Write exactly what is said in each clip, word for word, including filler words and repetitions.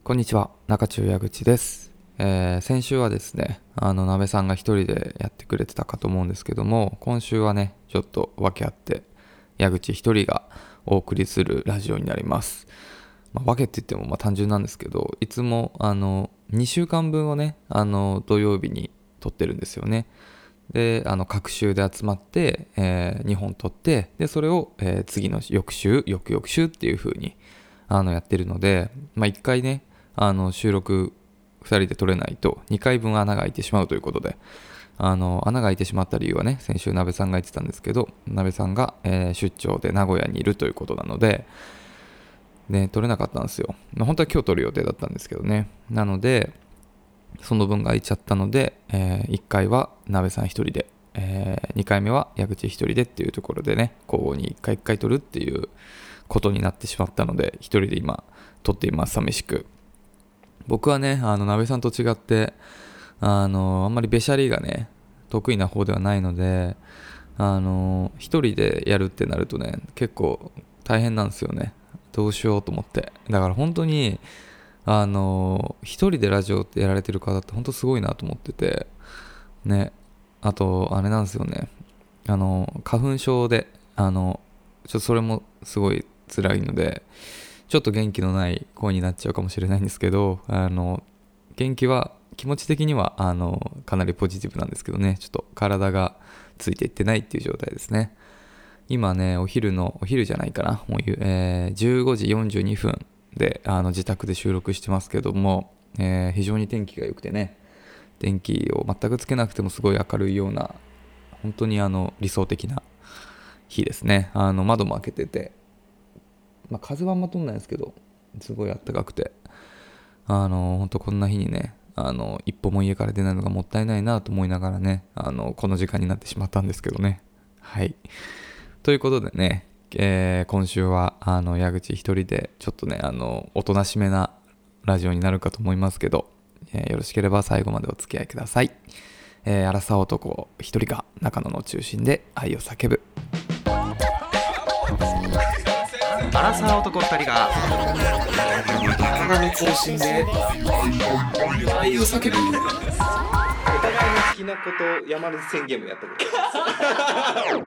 こんにちは、中中矢口です。えー先週はですね、あの鍋さんが一人でやってくれてたかと思うんですけども、今週はね、ちょっと分け合って矢口一人がお送りするラジオになります。まあ、分けって言ってもまあ単純なんですけど、いつもあのにしゅうかんぶんをね、あの土曜日に撮ってるんですよね。で、あの各週で集まって、えー、にほん撮って、でそれを、えー次の翌週、翌々週っていう風にあのやってるので、まあ、いっかいね、あの収録ふたりで撮れないとにかいぶん穴が開いてしまうということで、あの穴が開いてしまった理由はね、先週鍋さんが言ってたんですけど、鍋さんが、えー出張で名古屋にいるということなので、ね、撮れなかったんですよ。まあ本当は今日撮る予定だったんですけどね。なのでその分が空いちゃったので、えーいっかいは鍋さん一人で、えーにかいめは矢口一人でっていうところでね、交互にいっかいいっかい撮るっていうことになってしまったので、一人で今撮っています。寂しく。僕はね、あの鍋さんと違ってあのあんまりべしゃりがね得意な方ではないので、あの一人でやるってなるとね、結構大変なんですよね。どうしようと思って。だから本当にあの一人でラジオってやられてる方って本当すごいなと思っててね。あとあれなんですよね、あの花粉症で、あのちょっとそれもすごい辛いので、ちょっと元気のない声になっちゃうかもしれないんですけど、あの元気は気持ち的にはあのかなりポジティブなんですけどね、ちょっと体がついていってないっていう状態ですね。今ね、お昼のお昼じゃないかな、もう、えーじゅうごじよんじゅうにふんであの自宅で収録してますけども、えー非常に天気が良くてね、電気を全くつけなくてもすごい明るいような、本当にあの理想的な日ですね。あの窓も開けてて、まあ、風はあんま通んないんですけど、すごい暖かくて、あの本当こんな日にね、あの一歩も家から出ないのがもったいないなと思いながらね、あのこの時間になってしまったんですけどね。はい。ということでね、えー今週はあの矢口一人でちょっとね、あのおとなしめなラジオになるかと思いますけど、えーよろしければ最後までお付き合いください。えー、荒さ男一人が中野の中心で愛を叫ぶ。 アラサー男二人が中野の中心で愛を叫ぶ。お互いの好きなこと山根宣言もやったこと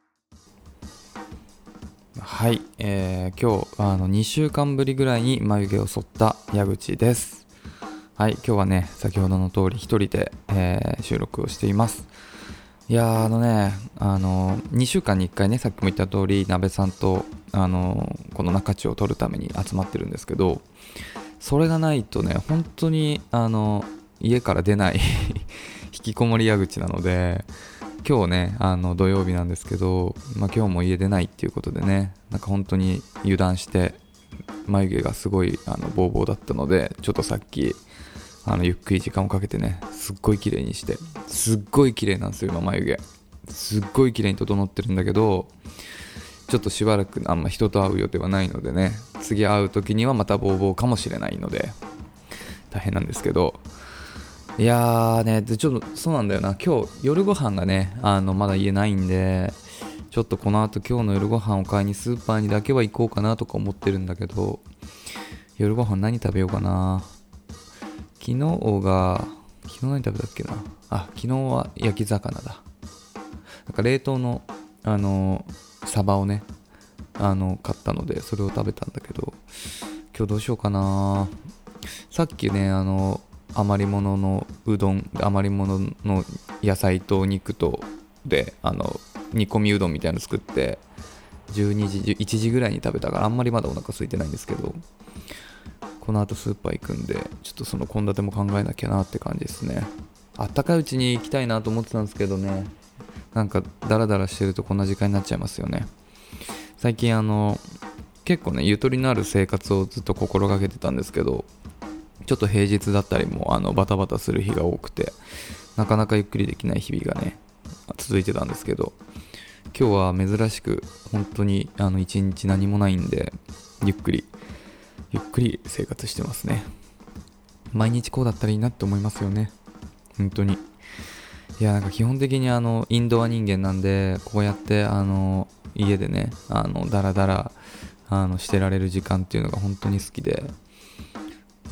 はい、えー今日あのにしゅうかんぶりぐらいに眉毛を剃った矢口です。はい、今日はね、先ほどの通り一人で、えー収録をしています。いやーあのね、あのにしゅうかんにいっかいね、さっきも言った通り鍋さんとあのこの中地を撮るために集まってるんですけど、それがないとね、本当にあの家から出ない引きこもり矢口なので、今日ね、あの土曜日なんですけど、まあ、今日も家出ないっていうことでね、なんか本当に油断して眉毛がすごいあのボーボーだったので、ちょっとさっきあのゆっくり時間をかけてね、すっごい綺麗にして、すっごい綺麗なんですよ今眉毛、すっごい綺麗に整ってるんだけど、ちょっとしばらくあんま人と会う予定はないのでね、次会う時にはまたボーボーかもしれないので大変なんですけど、いやーね、でちょっとそうなんだよな、今日夜ご飯がね、あのまだ家ないんで、ちょっとこの後今日の夜ご飯を買いにスーパーにだけは行こうかなとか思ってるんだけど、夜ご飯何食べようかな。昨日が昨日何食べたっけなあ、昨日は焼き魚だ。なんか冷凍のあのサバをね、あの買ったのでそれを食べたんだけど、今日どうしようかな。さっきね、あの余り物のうどん、余り物の野菜と肉とであの煮込みうどんみたいなの作ってじゅうにじいちじぐらいに食べたから、あんまりまだお腹空いてないんですけど、この後スーパー行くんで、ちょっとその献立も考えなきゃなって感じですね。あったかいうちに行きたいなと思ってたんですけどね、なんかダラダラしてるとこんな時間になっちゃいますよね。最近あの結構ね、ゆとりのある生活をずっと心がけてたんですけど、ちょっと平日だったりもあのバタバタする日が多くて、なかなかゆっくりできない日々がね続いてたんですけど、今日は珍しく本当にあの一日何もないんで、ゆっくりゆっくり生活してますね。毎日こうだったらいいなって思いますよね、本当に。いや、なんか基本的にあのインドア人間なんで、こうやってあの家でね、あのダラダラあのしてられる時間っていうのが本当に好きで、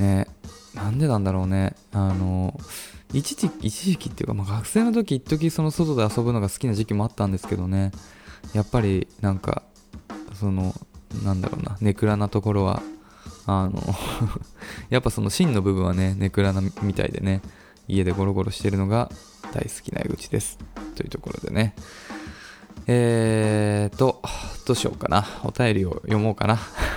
ね、なんでなんだろうね。あの一時一時期っていうか、まあ、学生の時一時その外で遊ぶのが好きな時期もあったんですけどね、やっぱりなんかそのなんだろうな、ネクラなところはあのやっぱその芯の部分はねネクラなみたいでね、家でゴロゴロしてるのが大好きな江口ですというところでね、えーとどうしようかな、お便りを読もうかな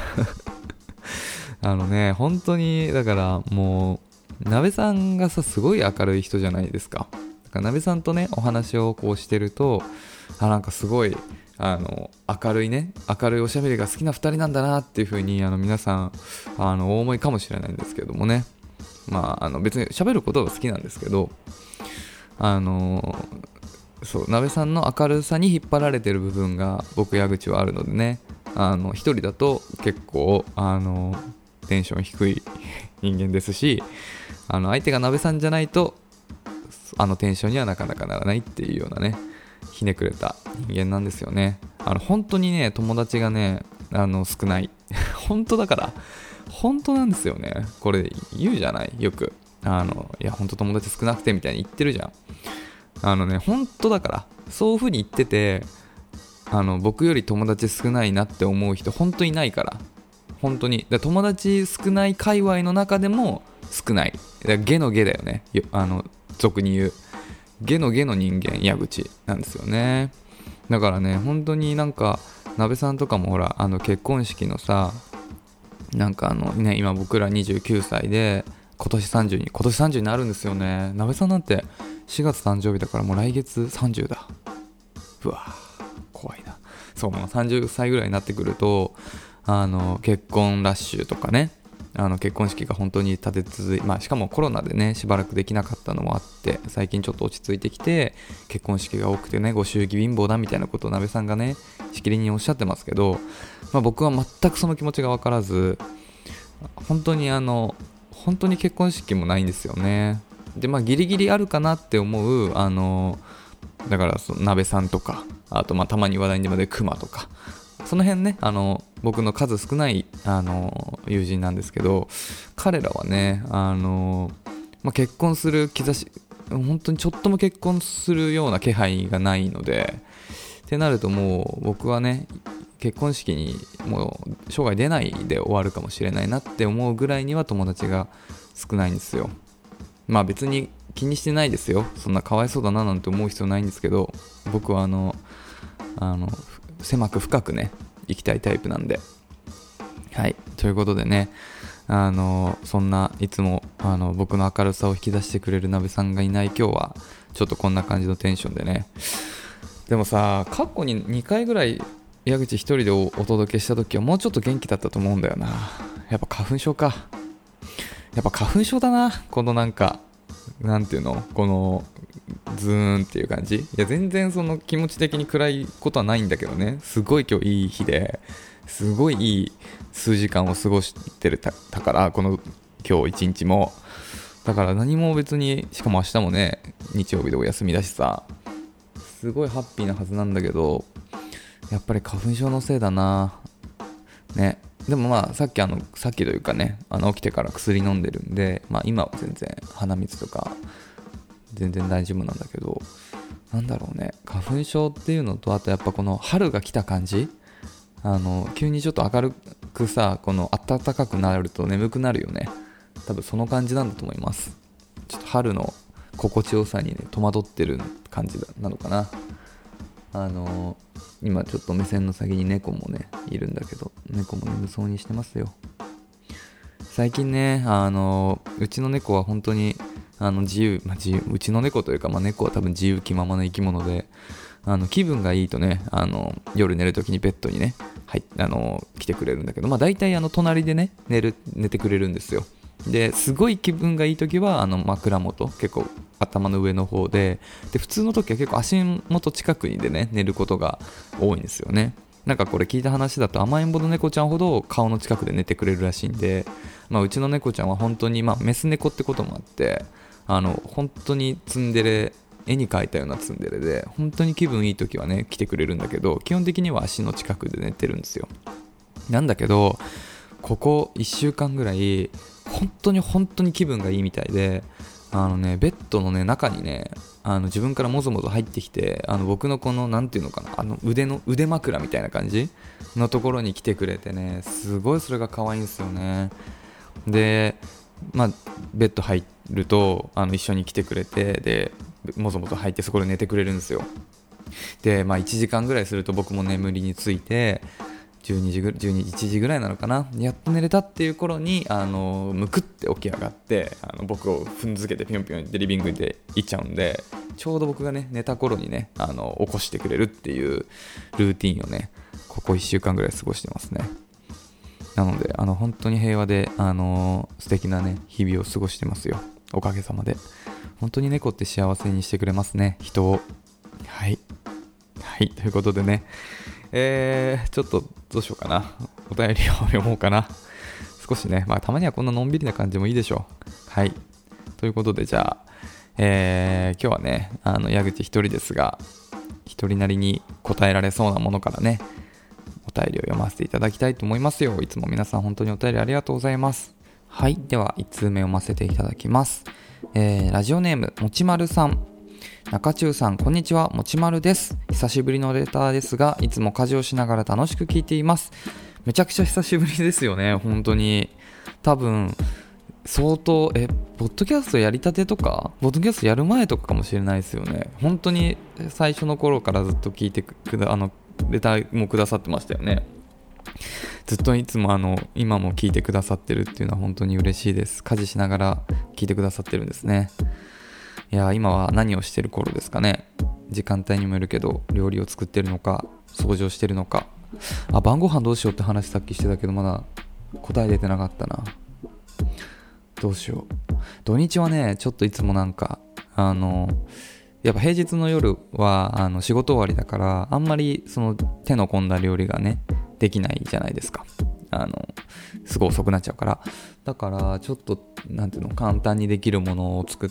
あのね、本当にだからもう鍋さんがさすごい明るい人じゃないですか。だから鍋さんとねお話をこうしてると、あなんかすごいあの明るいね明るいおしゃべりが好きなふたりなんだなっていう風にあの皆さんあのお思いかもしれないんですけどもね、まああの別に喋ることが好きなんですけど、あのそう鍋さんの明るさに引っ張られてる部分が僕矢口はあるのでね、あの一人だと結構あのテンション低い人間ですし、あの相手が鍋さんじゃないとあのテンションにはなかなかならないっていうようなね、ひねくれた人間なんですよね。あの本当にね友達がねあの少ない本当だから本当なんですよね。これ言うじゃないよく、あのいや本当友達少なくてみたいに言ってるじゃん。あのね本当だからそういう風に言ってて、あの僕より友達少ないなって思う人本当にいないから、本当にだ友達少ない界隈の中でも少ない、だゲのゲだよね、あの俗に言うゲのゲの人間矢口なんですよね。だからね本当になんか鍋さんとかもほらあの結婚式のさ、なんかあのね今僕らにじゅうきゅうさいで今年さんじゅうに今年さんじゅうになるんですよね。鍋さんなんてしがつ誕生日だからもう来月さんじゅうだ。うわ怖いな。そうもうさんじゅっさいぐらいになってくるとあの結婚ラッシュとかね、あの結婚式が本当に立て続いて、まあ、しかもコロナでねしばらくできなかったのもあって、最近ちょっと落ち着いてきて結婚式が多くてねご祝儀貧乏だみたいなことを鍋さんがねしきりにおっしゃってますけど、まあ、僕は全くその気持ちが分からず、本当にあの本当に結婚式もないんですよね。でまあギリギリあるかなって思う、あのだからその鍋さんとか、あとまあたまに話題に出るクマとか、その辺ねあの僕の数少ないあの友人なんですけど、彼らはねあの、まあ、結婚する兆し、本当にちょっとも結婚するような気配がないので、ってなるともう僕はね結婚式にもう生涯出ないで終わるかもしれないなって思うぐらいには友達が少ないんですよ。まあ別に気にしてないですよ、そんなかわいそうだななんて思う必要ないんですけど、僕はあのあの狭く深くね生きたいタイプなんで、はいということでね、あのそんないつもあの僕の明るさを引き出してくれる鍋さんがいない今日はちょっとこんな感じのテンションでね。でもさ過去ににかいぐらい矢口一人で お, お届けした時はもうちょっと元気だったと思うんだよな。やっぱ花粉症か、やっぱ花粉症だな。このなんかなんていうの、このズーンっていう感じ。いや全然その気持ち的に暗いことはないんだけどね、すごい今日いい日ですごいいい数時間を過ごしてるたたからこの今日一日もだから何も別に、しかも明日もね日曜日でお休みだしさ、すごいハッピーなはずなんだけど、やっぱり花粉症のせいだなね。でもまあさっきあのさっきというかねあの起きてから薬飲んでるんで、まあ今は全然鼻水とか全然大丈夫なんだけど、なんだろうね、花粉症っていうのと、あとやっぱこの春が来た感じ、あの急にちょっと明るくさ、この暖かくなると眠くなるよね。多分その感じなんだと思います。ちょっと春の心地よさにね戸惑ってる感じなのかな。あの今ちょっと目線の先に猫もねいるんだけど、猫も眠そうにしてますよ。最近ねあのうちの猫は本当にあの自由、まあ、自由うちの猫というか、まあ、猫は多分自由気ままな生き物で、あの気分がいいとねあの夜寝るときにベッドにね、はい、あの来てくれるんだけど、まあ、大体あの隣でね寝る寝てくれるんですよ。ですごい気分がいいときはあの枕元結構頭の上の方で、で普通の時は結構足元近くにでね寝ることが多いんですよね。なんかこれ聞いた話だと甘えん坊の猫ちゃんほど顔の近くで寝てくれるらしいんで、まあ、うちの猫ちゃんは本当に、まあ、メス猫ってこともあって、あの本当にツンデレ、絵に描いたようなツンデレで、本当に気分いい時はね来てくれるんだけど、基本的には足の近くで寝てるんですよ。なんだけどここいっしゅうかんぐらい本当に本当に気分がいいみたいで、あのねベッドのね中にねあの自分からもぞもぞ入ってきて、あの僕のこのなんていうのかな、あの腕の腕枕みたいな感じのところに来てくれてね、すごいそれが可愛いんですよね。でまあベッド入るとあの一緒に来てくれて、でもぞもぞ入ってそこで寝てくれるんですよ。でまあいちじかんぐらいすると僕も眠りについて、じゅうにじぐじゅうに、いちじぐらいなのかな、やっと寝れたっていう頃にあのむくって起き上がって、あの僕を踏んづけてピョンピョンってリビングで行っちゃうんで、ちょうど僕がね寝た頃にねあの起こしてくれるっていうルーティンをねここいっしゅうかんぐらい過ごしてますね。なのであの本当に平和であの素敵なね日々を過ごしてますよ、おかげさまで。本当に猫って幸せにしてくれますね、人を。はいはいということでね、えー、ちょっとどうしようかな、お便りを読もうかな。少しね、まあたまにはこんなのんびりな感じもいいでしょう。はいということで、じゃあ、えー、今日はねあの矢口一人ですが、一人なりに答えられそうなものからねお便りを読ませていただきたいと思いますよ。いつも皆さん本当にお便りありがとうございます。はい、ではいちつうめ読ませていただきます。えー、ラジオネームもちまるさん。中中さん、こんにちは、もちまるです。久しぶりのレターですが、いつも家事をしながら楽しく聞いています。めちゃくちゃ久しぶりですよね、本当に。多分相当えポッドキャストやりたてとかポッドキャストやる前とかかもしれないですよね。本当に最初の頃からずっと聞いてくだあのレターもくださってましたよね。ずっといつもあの今も聞いてくださってるっていうのは本当に嬉しいです。家事しながら聞いてくださってるんですね。いや今は何をしてる頃ですかね。時間帯にもよるけど、料理を作ってるのか掃除をしてるのか、あ晩ご飯どうしようって話さっきしてたけどまだ答え出てなかったな。どうしよう。土日はねちょっといつもなんかあのやっぱ平日の夜はあの仕事終わりだからあんまりその手の込んだ料理がねできないじゃないですか。あのすごい遅くなっちゃうから。だからちょっとなんていうの簡単にできるものを作って、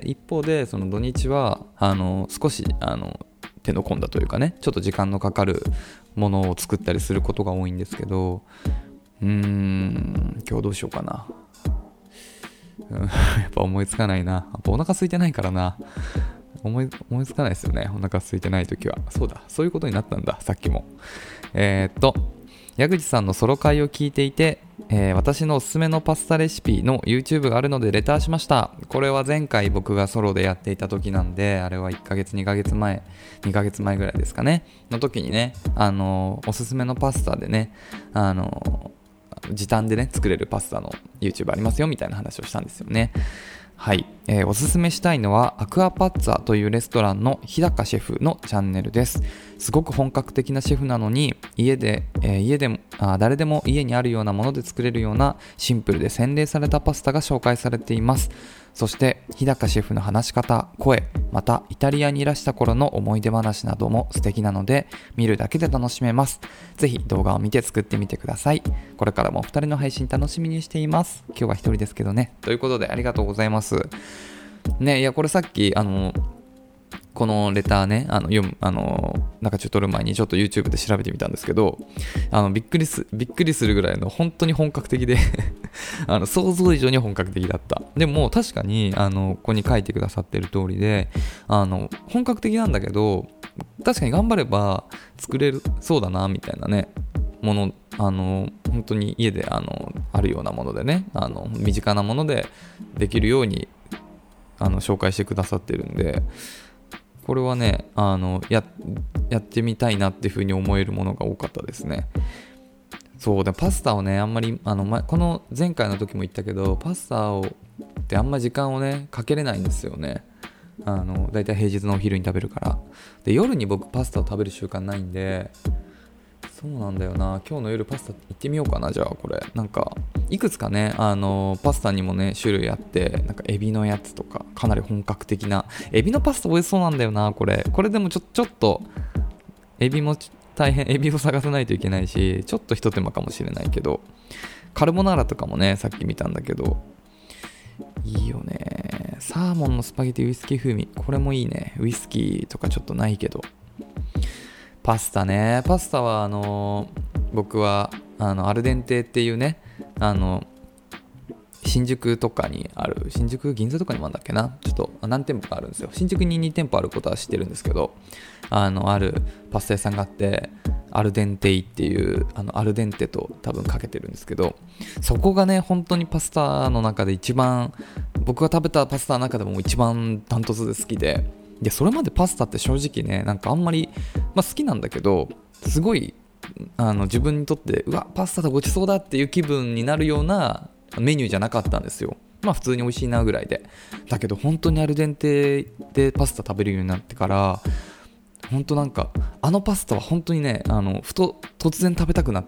一方でその土日はあの少しあの手の込んだというかねちょっと時間のかかるものを作ったりすることが多いんですけど、うーん今日どうしようかな。うん、やっぱ思いつかないな。やっぱお腹空いてないからな。思い思いつかないですよね、お腹空いてないときは。そうだ、そういうことになったんだ、さっきも。えー、っと矢口さんのソロ会を聞いていて、えー、私のおすすめのパスタレシピの YouTube があるのでレターしました。これは前回僕がソロでやっていた時なんで、あれはいっかげつにかげつまえにかげつまえぐらいですかねの時にね、あのおすすめのパスタでね、あの時短でね作れるパスタの YouTube ありますよみたいな話をしたんですよね。はい、えー、おすすめしたいのはアクアパッツァというレストランの日高シェフのチャンネルです。すごく本格的なシェフなのに家で、えー、家でもあ誰でも家にあるようなもので作れるようなシンプルで洗練されたパスタが紹介されています。そして日高シェフの話し方、声、またイタリアにいらした頃の思い出話なども素敵なので見るだけで楽しめます。ぜひ動画を見て作ってみてください。これからもお二人の配信楽しみにしています。今日は一人ですけどね。ということでありがとうございますね。いやこれさっきあのこのレターねあの読むあの中中撮る前にちょっと YouTube で調べてみたんですけど、あのびっくりすびっくりするぐらいの本当に本格的であの想像以上に本格的だった。でも確かにあのここに書いてくださってる通りであの本格的なんだけど、確かに頑張れば作れるそうだなみたいなねもの、あの本当に家で あのあるようなものでね、あの身近なものでできるようにあの紹介してくださってるんで、これはねあの や, やってみたいなっていう風に思えるものが多かったですね。そうでパスタをねあんまりあの、ま、この前回の時も言ったけどパスタをってあんま時間をねかけれないんですよね。あのだいたい平日のお昼に食べるから。で夜に僕パスタを食べる習慣ないんで、そうなんだよな。今日の夜パスタ行ってみようかな。じゃあこれなんかいくつかねあのパスタにもね種類あって、なんかエビのやつとかかなり本格的なエビのパスタ美味しそうなんだよな。これこれでもちょちょっとエビも大変、エビを探さないといけないしちょっと一手間かもしれないけど、カルボナーラとかもねさっき見たんだけどいいよね。サーモンのスパゲティウイスキー風味、これもいいね。ウイスキーとかちょっとないけど。パスタね、パスタはあの僕はあのアルデンテっていうねあの新宿とかにある、新宿銀座とかにもあるんだっけな、ちょっと何店舗かあるんですよ。新宿にに店舗あることは知ってるんですけど、あのあるパスタ屋さんがあって、アルデンテイっていうあのアルデンテと多分かけてるんですけど、そこがね本当にパスタの中で一番、僕が食べたパスタの中でも一番ダントツで好きで、でそれまでパスタって正直ねなんかあんまり、まあ、好きなんだけど、すごいあの自分にとってうわパスタとごちそうだっていう気分になるようなメニューじゃなかったんですよ。まあ普通に美味しいなぐらいで、だけど本当にアルデンテでパスタ食べるようになってから、本当なんかあのパスタは本当にね、あのふと突然食べたくなって、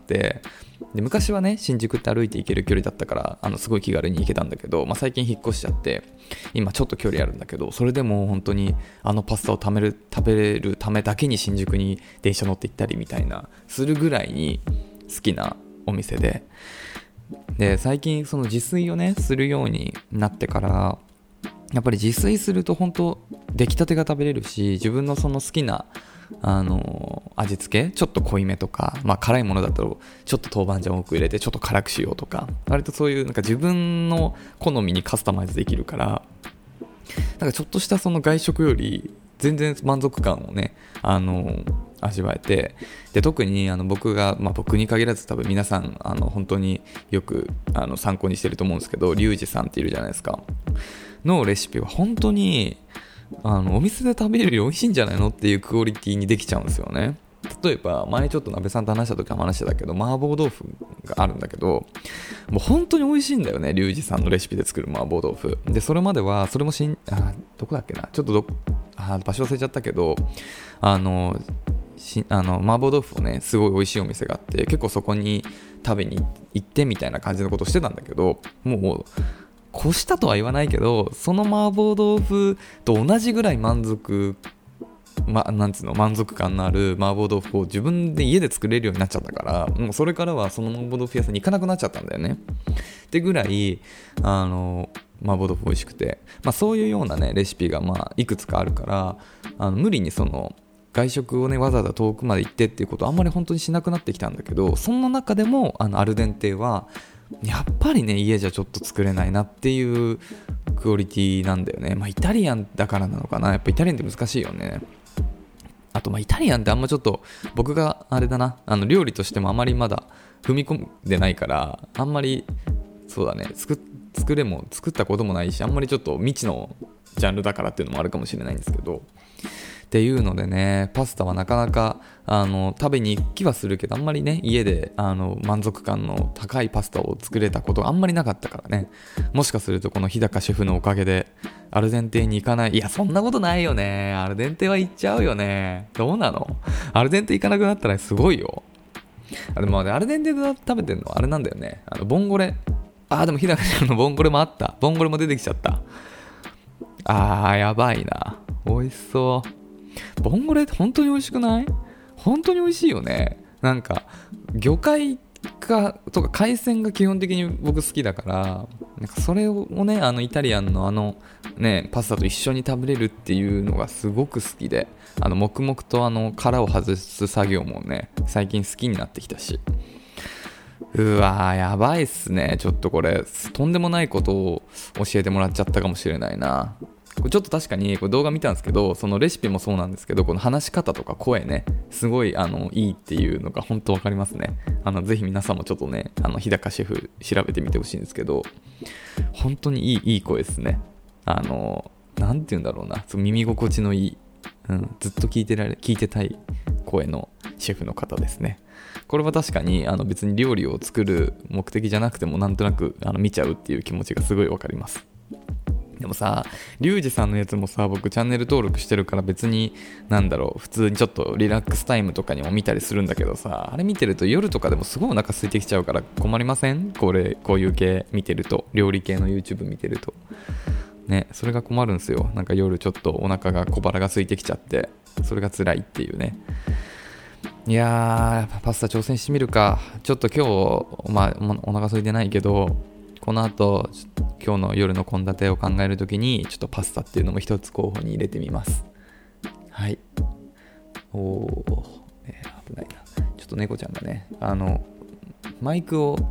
で昔はね新宿って歩いて行ける距離だったから、あのすごい気軽に行けたんだけど、まあ、最近引っ越しちゃって今ちょっと距離あるんだけど、それでも本当にあのパスタを食べる食べれるためだけに新宿に電車乗って行ったりみたいなするぐらいに好きなお店で、で最近その自炊をねするようになってから、やっぱり自炊すると本当出来たてが食べれるし、自分のその好きなあの味付けちょっと濃いめとか、まあ、辛いものだとちょっと豆板醤多く入れてちょっと辛くしようとか、割とそういうなんか自分の好みにカスタマイズできるから、なんかちょっとしたその外食より全然満足感をねあの味わえて、で特にあの僕が、まあ、僕に限らず多分皆さんあの本当によくあの参考にしてると思うんですけど、リュウジさんっているじゃないですかのレシピは本当にあのお店で食べれるより美味しいんじゃないのっていうクオリティにできちゃうんですよね。例えば前ちょっと鍋さんと話した時も話してたけど、麻婆豆腐があるんだけど、もう本当に美味しいんだよね、リュウジさんのレシピで作る麻婆豆腐で。それまではそれもしんあどこだっけな、ちょっとどあ場所忘れちゃったけど、あのしあの麻婆豆腐をねすごい美味しいお店があって、結構そこに食べに行ってみたいな感じのことをしてたんだけど、もう越したとは言わないけど、その麻婆豆腐と同じぐらい満足、ま、なんつうの満足感のある麻婆豆腐を自分で家で作れるようになっちゃったから、もうそれからはその麻婆豆腐屋さんに行かなくなっちゃったんだよねってぐらい、あの麻婆豆腐美味しくて、まあ、そういうようなねレシピがまあいくつかあるから、あの無理にその外食をねわざわざ遠くまで行ってっていうことはあんまり本当にしなくなってきたんだけど、そんな中でもあのアルデンテはやっぱりね家じゃちょっと作れないなっていうクオリティなんだよね。まあイタリアンだからなのかな、やっぱイタリアンって難しいよね。あとまあイタリアンってあんまちょっと僕があれだな、あの料理としてもあまりまだ踏み込んでないから、あんまりそうだね作作れも作ったこともないし、あんまりちょっと未知のジャンルだからっていうのもあるかもしれないんですけど、っていうのでね、パスタはなかなかあの食べに行きはするけど、あんまりね家であの満足感の高いパスタを作れたことがあんまりなかったからね、もしかするとこの日高シェフのおかげでアルデンテに行かない、いやそんなことないよね、アルデンテは行っちゃうよね、どうなの、アルデンテ行かなくなったらすごいよ。あれもアルデンテで食べてるのはあれなんだよね、あのボンゴレ、あーでも日高シェフのボンゴレもあった、ボンゴレも出てきちゃった、あーやばいな、美味しそう。ボンゴレって本当に美味しくない？本当に美味しいよね。なんか魚介かとか海鮮が基本的に僕好きだから、なんかそれをねあのイタリアンのあのねパスタと一緒に食べれるっていうのがすごく好きで、あの黙々とあの殻を外す作業もね最近好きになってきたし、うわーやばいっすね。ちょっとこれとんでもないことを教えてもらっちゃったかもしれないな。これちょっと確かにこれ動画見たんですけど、そのレシピもそうなんですけど、この話し方とか声ねすごいあのいいっていうのが本当わかりますね。あのぜひ皆さんもちょっとねあの日高シェフ調べてみてほしいんですけど、本当にいいいい声ですね。あのなんて言うんだろうな、耳心地のいい、うん、ずっと聞いてられ聞いてたい声のシェフの方ですね。これは確かにあの別に料理を作る目的じゃなくてもなんとなくあの見ちゃうっていう気持ちがすごいわかります。でもさ、リュウジさんのやつもさ、僕チャンネル登録してるから別になんだろう普通にちょっとリラックスタイムとかにも見たりするんだけどさ、あれ見てると夜とかでもすごいお腹空いてきちゃうから困りません？これこういう系見てると、料理系の YouTube 見てるとね、それが困るんですよ。なんか夜ちょっとお腹が小腹が空いてきちゃって、それが辛いっていうね。いやーパスタ挑戦してみるか。ちょっと今日まあお腹空いてないけど、この後今日の夜の献立を考えるときにちょっとパスタっていうのも一つ候補に入れてみます。はい。おー、えー、危ないな。ちょっと猫ちゃんがねあのマイクを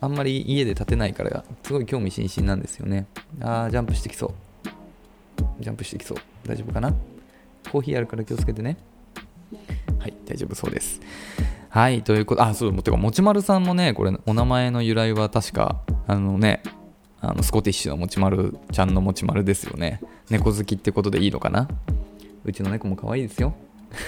あんまり家で立てないからすごい興味津々なんですよね。あージャンプしてきそうジャンプしてきそう大丈夫かな。コーヒーあるから気をつけてね。はい大丈夫そうです。はいということあそうてかもちまるさんもねこれお名前の由来は確かあのねあのスコティッシュのもちまるちゃんのもちまるですよね。猫好きってことでいいのかな。うちの猫も可愛いですよ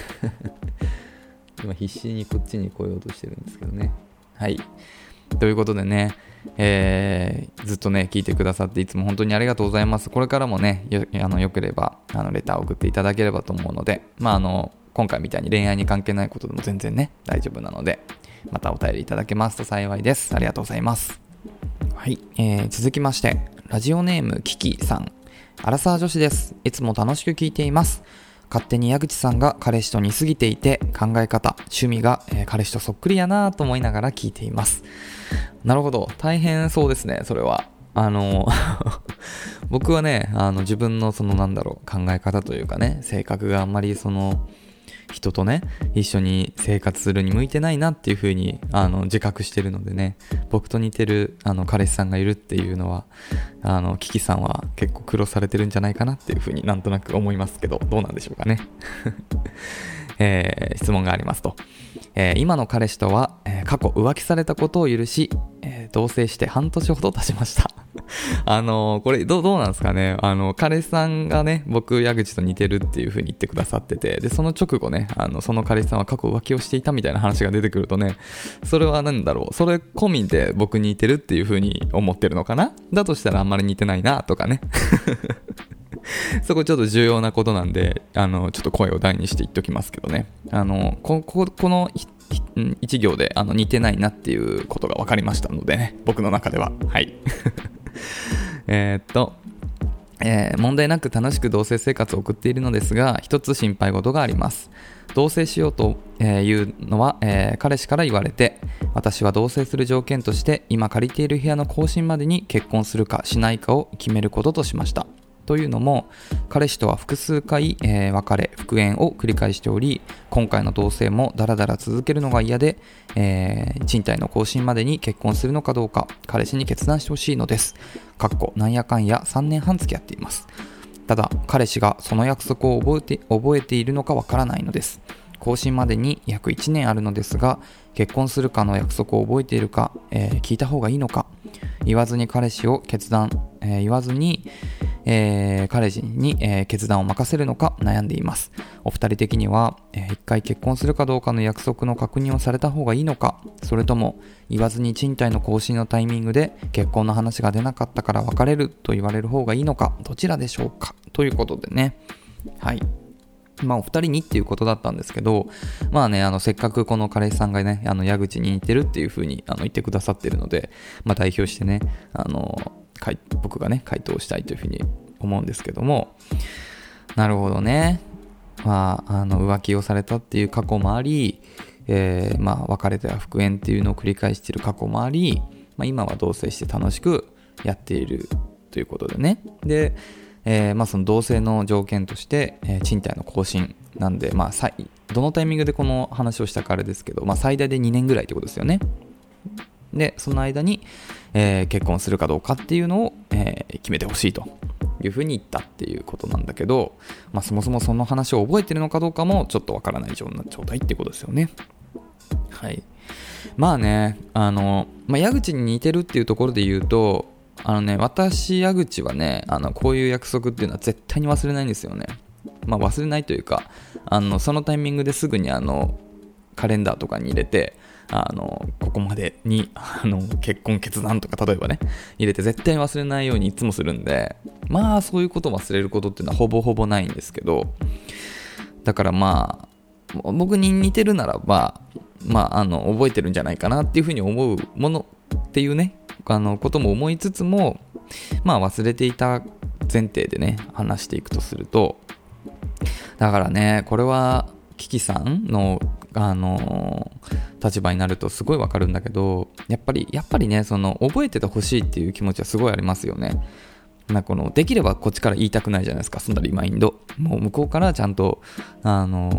今必死にこっちに来ようとしてるんですけどね。はいということでね、えー、ずっとね聞いてくださっていつも本当にありがとうございます。これからもね よ, あのよければあのレターを送っていただければと思うので、まああの今回みたいに恋愛に関係ないことでも全然ね大丈夫なので、またお便りいただけますと幸いです。ありがとうございます。はい、えー、続きましてラジオネームキキさん、アラサー女子です。いつも楽しく聞いています。勝手に矢口さんが彼氏と似すぎていて考え方趣味が、えー、彼氏とそっくりやなと思いながら聞いています。なるほど大変そうですね。それはあの僕はねあの自分のそのなんだろう考え方というかね性格があんまりその人とね一緒に生活するに向いてないなっていう風にあの自覚してるのでね、僕と似てるあの彼氏さんがいるっていうのはあのキキさんは結構苦労されてるんじゃないかなっていう風になんとなく思いますけど、どうなんでしょうかね、えー、質問がありますと、えー、今の彼氏とは、えー、過去浮気されたことを許し、えー、同棲して半年ほど経ちましたあのー、これどう、どうなんですかね。あの彼氏さんがね僕矢口と似てるっていう風に言ってくださってて、でその直後ねあのその彼氏さんは過去浮気をしていたみたいな話が出てくるとね、それは何だろう、それ込みで僕に似てるっていう風に思ってるのかな。だとしたらあんまり似てないなとかねそこちょっと重要なことなんで、あのちょっと声を大にして言っときますけどね、あの こ, こ, この一行であの似てないなっていうことが分かりましたのでね、僕の中でははいえっとえー、問題なく楽しく同棲生活を送っているのですが、一つ心配事があります。同棲しようというのは、えー、彼氏から言われて、私は同棲する条件として今借りている部屋の更新までに結婚するかしないかを決めることとしました。というのも彼氏とは複数回、えー、別れ復縁を繰り返しており、今回の同棲もダラダラ続けるのが嫌で、えー、賃貸の更新までに結婚するのかどうか彼氏に決断してほしいのです。かっこなんやかんやさんねんはん付き合っています。ただ彼氏がその約束を覚えて、覚えているのかわからないのです。更新までに約いちねんあるのですが、結婚するかの約束を覚えているか、えー、聞いた方がいいのか、言わずに彼氏を決断、えー、言わずにえー、彼氏に、えー、決断を任せるのか悩んでいます。お二人的には、えー、一回結婚するかどうかの約束の確認をされた方がいいのか、それとも言わずに賃貸の更新のタイミングで結婚の話が出なかったから別れると言われる方がいいのか、どちらでしょうか、ということでね、はいまあお二人にっていうことだったんですけど、まあねあのせっかくこの彼氏さんがねあの矢口に似てるっていう風にあの言ってくださってるので、まあ代表してねあの僕がね回答したいというふうに思うんですけども、なるほどね、まああの浮気をされたっていう過去もあり、えー、まあ別れては復縁っていうのを繰り返している過去もあり、まあ、今は同棲して楽しくやっているということでね、で、えー、まあその同棲の条件として、えー、賃貸の更新なんで、まあどのタイミングでこの話をしたかあれですけど、まあ最大でにねんぐらいってことですよね。でその間に、えー、結婚するかどうかっていうのを、えー、決めてほしいというふうに言ったっていうことなんだけど、まあ、そもそもその話を覚えてるのかどうかもちょっとわからない状態っていうことですよね。はいまあねあの、まあ、矢口に似てるっていうところで言うと、あのね私矢口はねあのこういう約束っていうのは絶対に忘れないんですよね。まあ忘れないというか、あのそのタイミングですぐにあのカレンダーとかに入れて、あのここまでにあの結婚決断とか例えばね入れて絶対に忘れないようにいつもするんで、まあそういうことを忘れることっていうのはほぼほぼないんですけど、だからまあ僕に似てるならばまああの覚えてるんじゃないかなっていうふうに思うものっていうねあのことも思いつつも、まあ忘れていた前提でね話していくとすると、だからねこれはキキさんのあの立場になるとすごいわかるんだけど、やっぱりやっぱりねその覚えててほしいっていう気持ちはすごいありますよね。なんかこのできればこっちから言いたくないじゃないですか、そんなリマインドもう向こうからちゃんとあの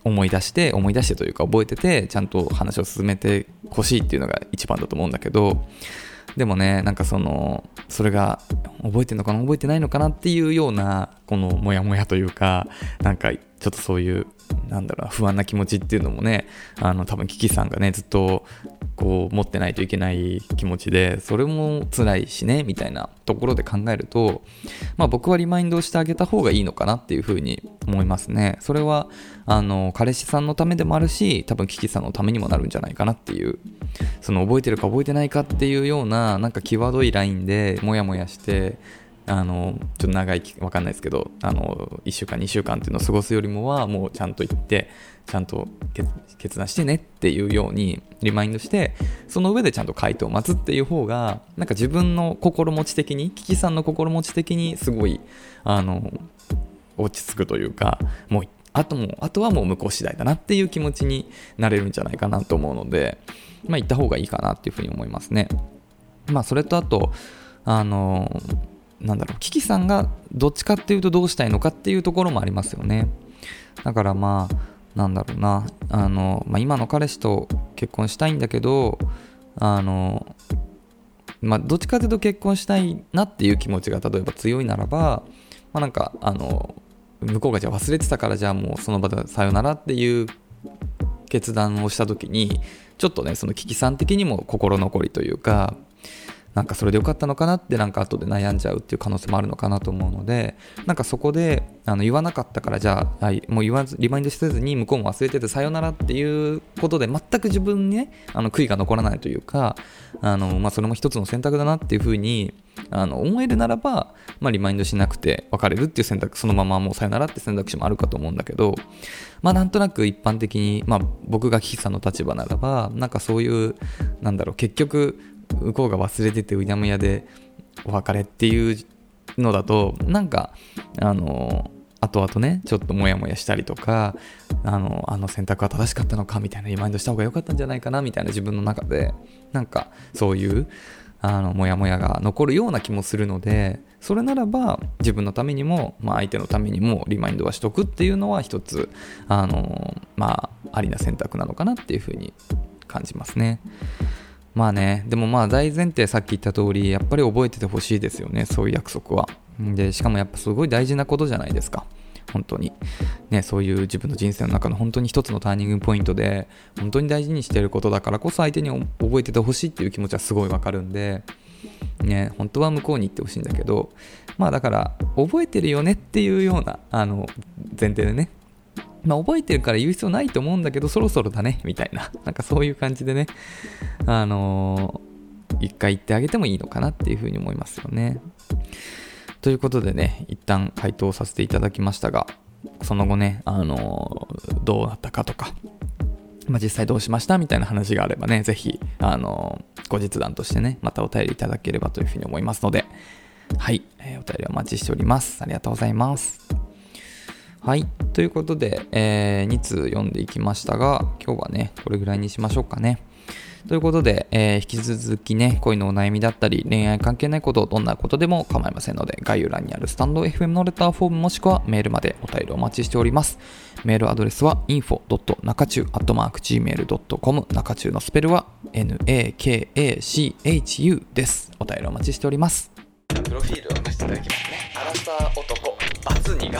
思い出して思い出してというか覚えててちゃんと話を進めてほしいっていうのが一番だと思うんだけど、でもねなんかそのそれが覚えてるのかな覚えてないのかなっていうようなこのモヤモヤというか、なんかちょっとそういうなんだろう不安な気持ちっていうのもね、あの多分キキさんがねずっとこう持ってないといけない気持ちで、それも辛いしねみたいなところで考えると、まあ僕はリマインドをしてあげた方がいいのかなっていうふうに思いますね。それはあの彼氏さんのためでもあるし、多分キキさんのためにもなるんじゃないかなっていう、その覚えてるか覚えてないかっていうようななんか際どいラインでモヤモヤして、あのちょっと長いわかんないですけど、あのいっしゅうかんにしゅうかんっていうのを過ごすよりもはもうちゃんと言ってちゃんと決断してねっていうようにリマインドして、その上でちゃんと回答を待つっていう方がなんか自分の心持ち的に、キキさんの心持ち的にすごいあの落ち着くというか、もうあともあとはもう向こう次第だなっていう気持ちになれるんじゃないかなと思うので、まあ言った方がいいかなっていうふうに思いますね。まあそれとあとあのなんだろうキキさんがどっちかっていうとどうしたいのかっていうところもありますよね。だからまあなんだろうなあの、まあ、今の彼氏と結婚したいんだけど、あのまあどっちかというと結婚したいなっていう気持ちが例えば強いならば、まあ、なんかあの向こうがじゃあ忘れてたからじゃあもうその場でさよならっていう決断をした時にちょっとねそのキキさん的にも心残りというか、なんかそれでよかったのかなってなんか後で悩んじゃうっていう可能性もあるのかなと思うので、なんかそこであの言わなかったからじゃあもう言わずリマインドせずに向こうも忘れててさよならっていうことで全く自分にねあの悔いが残らないというか、あの、まあ、それも一つの選択だなっていうふうにあの思えるならば、まあ、リマインドしなくて別れるっていう選択、そのままもうさよならって選択肢もあるかと思うんだけど、まあなんとなく一般的に、まあ、僕がキキさんの立場ならばなんかそういうなんだろう結局向こうが忘れててうやむやでお別れっていうのだとなんかあの後々ねちょっとモヤモヤしたりとか、あのあの選択は正しかったのかみたいなリマインドした方が良かったんじゃないかなみたいな自分の中でなんかそういうあのモヤモヤが残るような気もするので、それならば自分のためにも、まあ、相手のためにもリマインドはしとくっていうのは一つあのまあありな選択なのかなっていうふうに感じますね。まあね、でもまあ大前提さっき言った通りやっぱり覚えててほしいですよね、そういう約束は。でしかもやっぱすごい大事なことじゃないですか本当にね、そういう自分の人生の中の本当に一つのターニングポイントで本当に大事にしていることだからこそ相手に覚えててほしいっていう気持ちはすごいわかるんでね、本当は向こうに行ってほしいんだけど、まあだから覚えてるよねっていうようなあの前提でね、まあ、覚えてるから言う必要ないと思うんだけどそろそろだねみたいな、なんかそういう感じでね、あのー、一回言ってあげてもいいのかなっていうふうに思いますよね。ということでね、一旦回答させていただきましたが、その後ね、あのー、どうなったかとか、まあ、実際どうしましたみたいな話があればね、ぜひ、あのー、後日談としてねまたお便りいただければというふうに思いますので、はい、えー、お便りお待ちしております。ありがとうございます。はい、ということで、えー、に通読んでいきましたが、今日はねこれぐらいにしましょうかね。ということで、えー、引き続きね恋のお悩みだったり恋愛関係ないこと、どんなことでも構いませんので、概要欄にあるスタンド エフエム のレターフォームもしくはメールまでお便りお待ちしております。メールアドレスは インフォ ドット ナカチュー アットマーク ジーメール ドット コム、 ナカチューのスペルは エヌ エー ケー エー シー エイチ ユー です。お便りお待ちしております。プロフィールを出していただきますね。アラサー男バツニが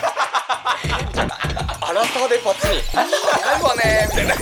アラサーでバツニないわねみたいな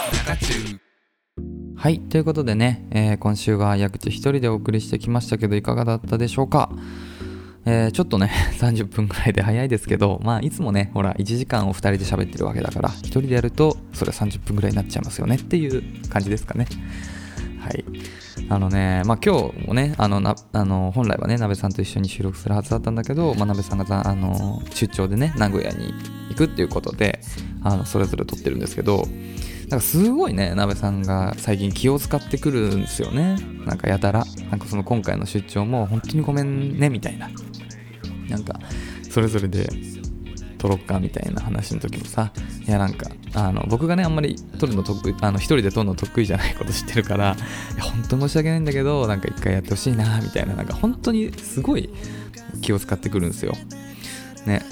はい、ということでね、えー、今週は矢口一人でお送りしてきましたけどいかがだったでしょうか。えー、ちょっとねさんじゅっぷんくらいで早いですけど、まあいつもねほらいちじかんをふたりで喋ってるわけだから、ひとりでやるとそれはさんじゅっぷんくらいになっちゃいますよねっていう感じですかね。はい、あのね、まあ今日もねあのなあの本来はねなべさんと一緒に収録するはずだったんだけど、まあ、なべさんがあの出張でね名古屋に行くっていうことであのそれぞれ撮ってるんですけど、なんかすごいねなべさんが最近気を使ってくるんですよね。なんかやたらなんかその今回の出張も本当にごめんねみたいな、なんかそれぞれで撮ろっかみたいな話の時もさ、いやなんかあの僕がねあんまり撮るの得意、あの一人で撮るの得意じゃないこと知ってるから、いや本当申し訳ないんだけどなんか一回やってほしいなみたいな、なんか本当にすごい気を使ってくるんですよね。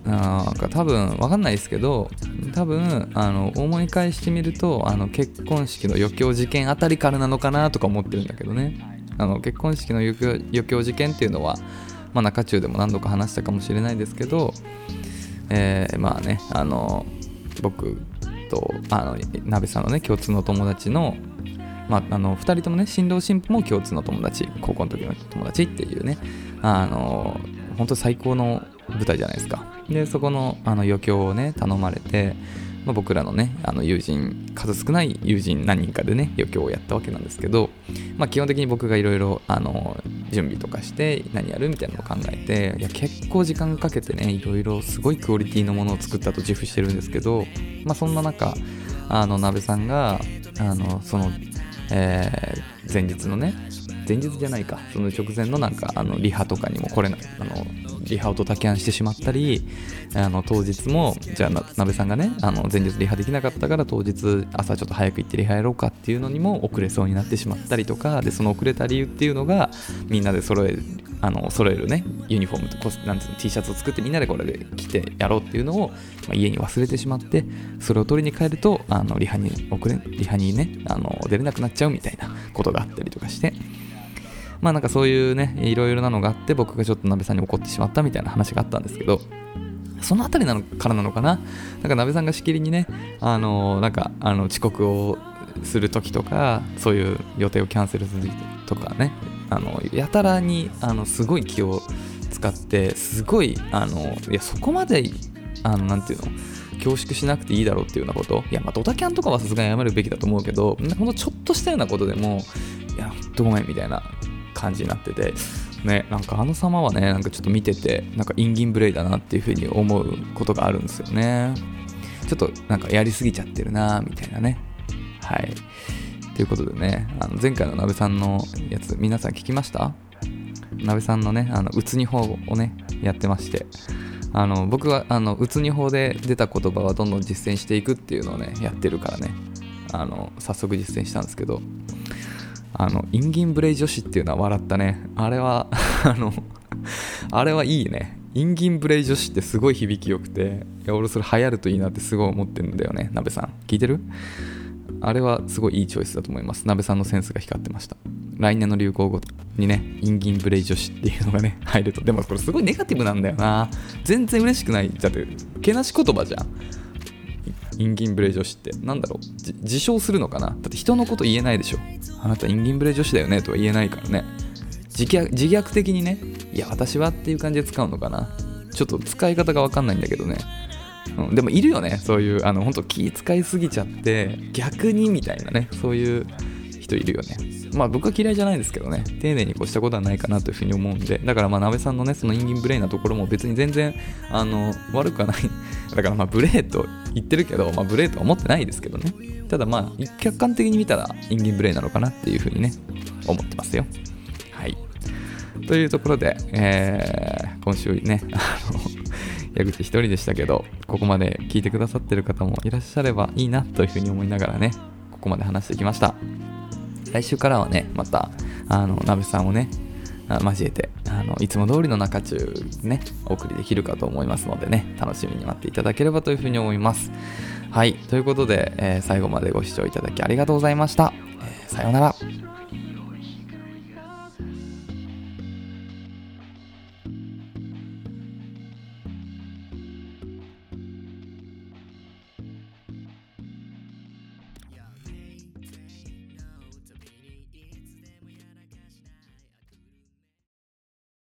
なんか多分わかんないですけど、多分あの思い返してみると、あの結婚式の余興事件あたりからなのかなとか思ってるんだけどね。あの結婚式の余興、余興事件っていうのは、まあ、中中でも何度か話したかもしれないですけど、えー、まあね、あの僕とあの鍋さんのね共通の友達の、まあ、あのふたりともね新郎新婦も共通の友達、高校の時の友達っていうね、あの本当最高の舞台じゃないですか。でそこのあの余興をね頼まれて、まあ、僕らのねあの友人、数少ない友人何人かでね余興をやったわけなんですけど、まあ、基本的に僕がいろいろ準備とかして何やるみたいなのを考えて、いや結構時間かけてねいろいろすごいクオリティのものを作ったと自負してるんですけど、まあ、そんな中あの鍋さんがあのその、えー、前日のね前日じゃないかその直前のなんかあのリハとかにも来れない、あのリハをドタキャンしてしまったり、あの当日もじゃあな鍋さんがねあの前日リハできなかったから当日朝ちょっと早く行ってリハやろうかっていうのにも遅れそうになってしまったりとかで、その遅れた理由っていうのがみんなで揃えるあの揃えるねユニフォームとコスなんていうの T シャツを作ってみんなでこれで着てやろうっていうのを、まあ、家に忘れてしまって、それを取りに帰るとあのリハに遅れリハにねあの出れなくなっちゃうみたいなことがあったりとかして、まあなんかそういうねいろいろなのがあって僕がちょっと鍋さんに怒ってしまったみたいな話があったんですけど、そのあたりなのからなのかな。なんか鍋さんがしきりにねあのなんかあの遅刻をする時とかそういう予定をキャンセルするとかね、あのやたらにあのすごい気を使ってすごいあのいやそこまであのなんていうの恐縮しなくていいだろうっていうようなこと、いやまあドタキャンとかはさすがに謝るべきだと思うけど、ほんとちょっとしたようなことでもいやほんとごめんみたいな感じになっててね、なんかあの様はねなんかちょっと見ててなんかインギンブレイだなっていう風に思うことがあるんですよね。ちょっとなんかやりすぎちゃってるなみたいなね。はいということでね、あの前回の鍋さんのやつ皆さん聞きました？鍋さんのねあのうつに法をねやってまして、あの僕はあのうつに法で出た言葉はどんどん実践していくっていうのをねやってるからね、あの早速実践したんですけど、あのインギンブレイ女子っていうのは笑ったね。あれはあのあれはいいね。インギンブレイ女子ってすごい響きよくて、いや俺それ流行るといいなってすごい思ってるんだよね。鍋さん聞いてる？あれはすごいいいチョイスだと思います。鍋さんのセンスが光ってました。来年の流行語にねインギンブレイ女子っていうのがね入ると、でもこれすごいネガティブなんだよな。全然嬉しくない。だってけなし言葉じゃん。インギンブレイ女子ってなんだろう、自称するのかな。だって人のこと言えないでしょ。あなたインギンブレイ女子だよねとは言えないからね。自虐、自虐的にね、いや私はっていう感じで使うのかな。ちょっと使い方が分かんないんだけどね、うん、でもいるよねそういうあの本当気使いすぎちゃって逆にみたいなね、そういう人いるよね。まあ僕は嫌いじゃないですけどね、丁寧に越したことはないかなというふうに思うんで、だからまあ鍋さんのねそのインギンブレイなところも別に全然あの悪くはない。だからまあブレーと言ってるけど、まあブレーとは思ってないですけどね。ただまあ客観的に見たらインギンブレイなのかなっていうふうにね思ってますよ。はいというところで、えー、今週ねあの矢口一人でしたけど、ここまで聞いてくださってる方もいらっしゃればいいなというふうに思いながらねここまで話してきました。来週からはねまたあの鍋さんをね交えてあのいつも通りの中中ねお送りできるかと思いますのでね、楽しみに待っていただければというふうに思います。はいということで、えー、最後までご視聴いただきありがとうございました。えー、さようなら。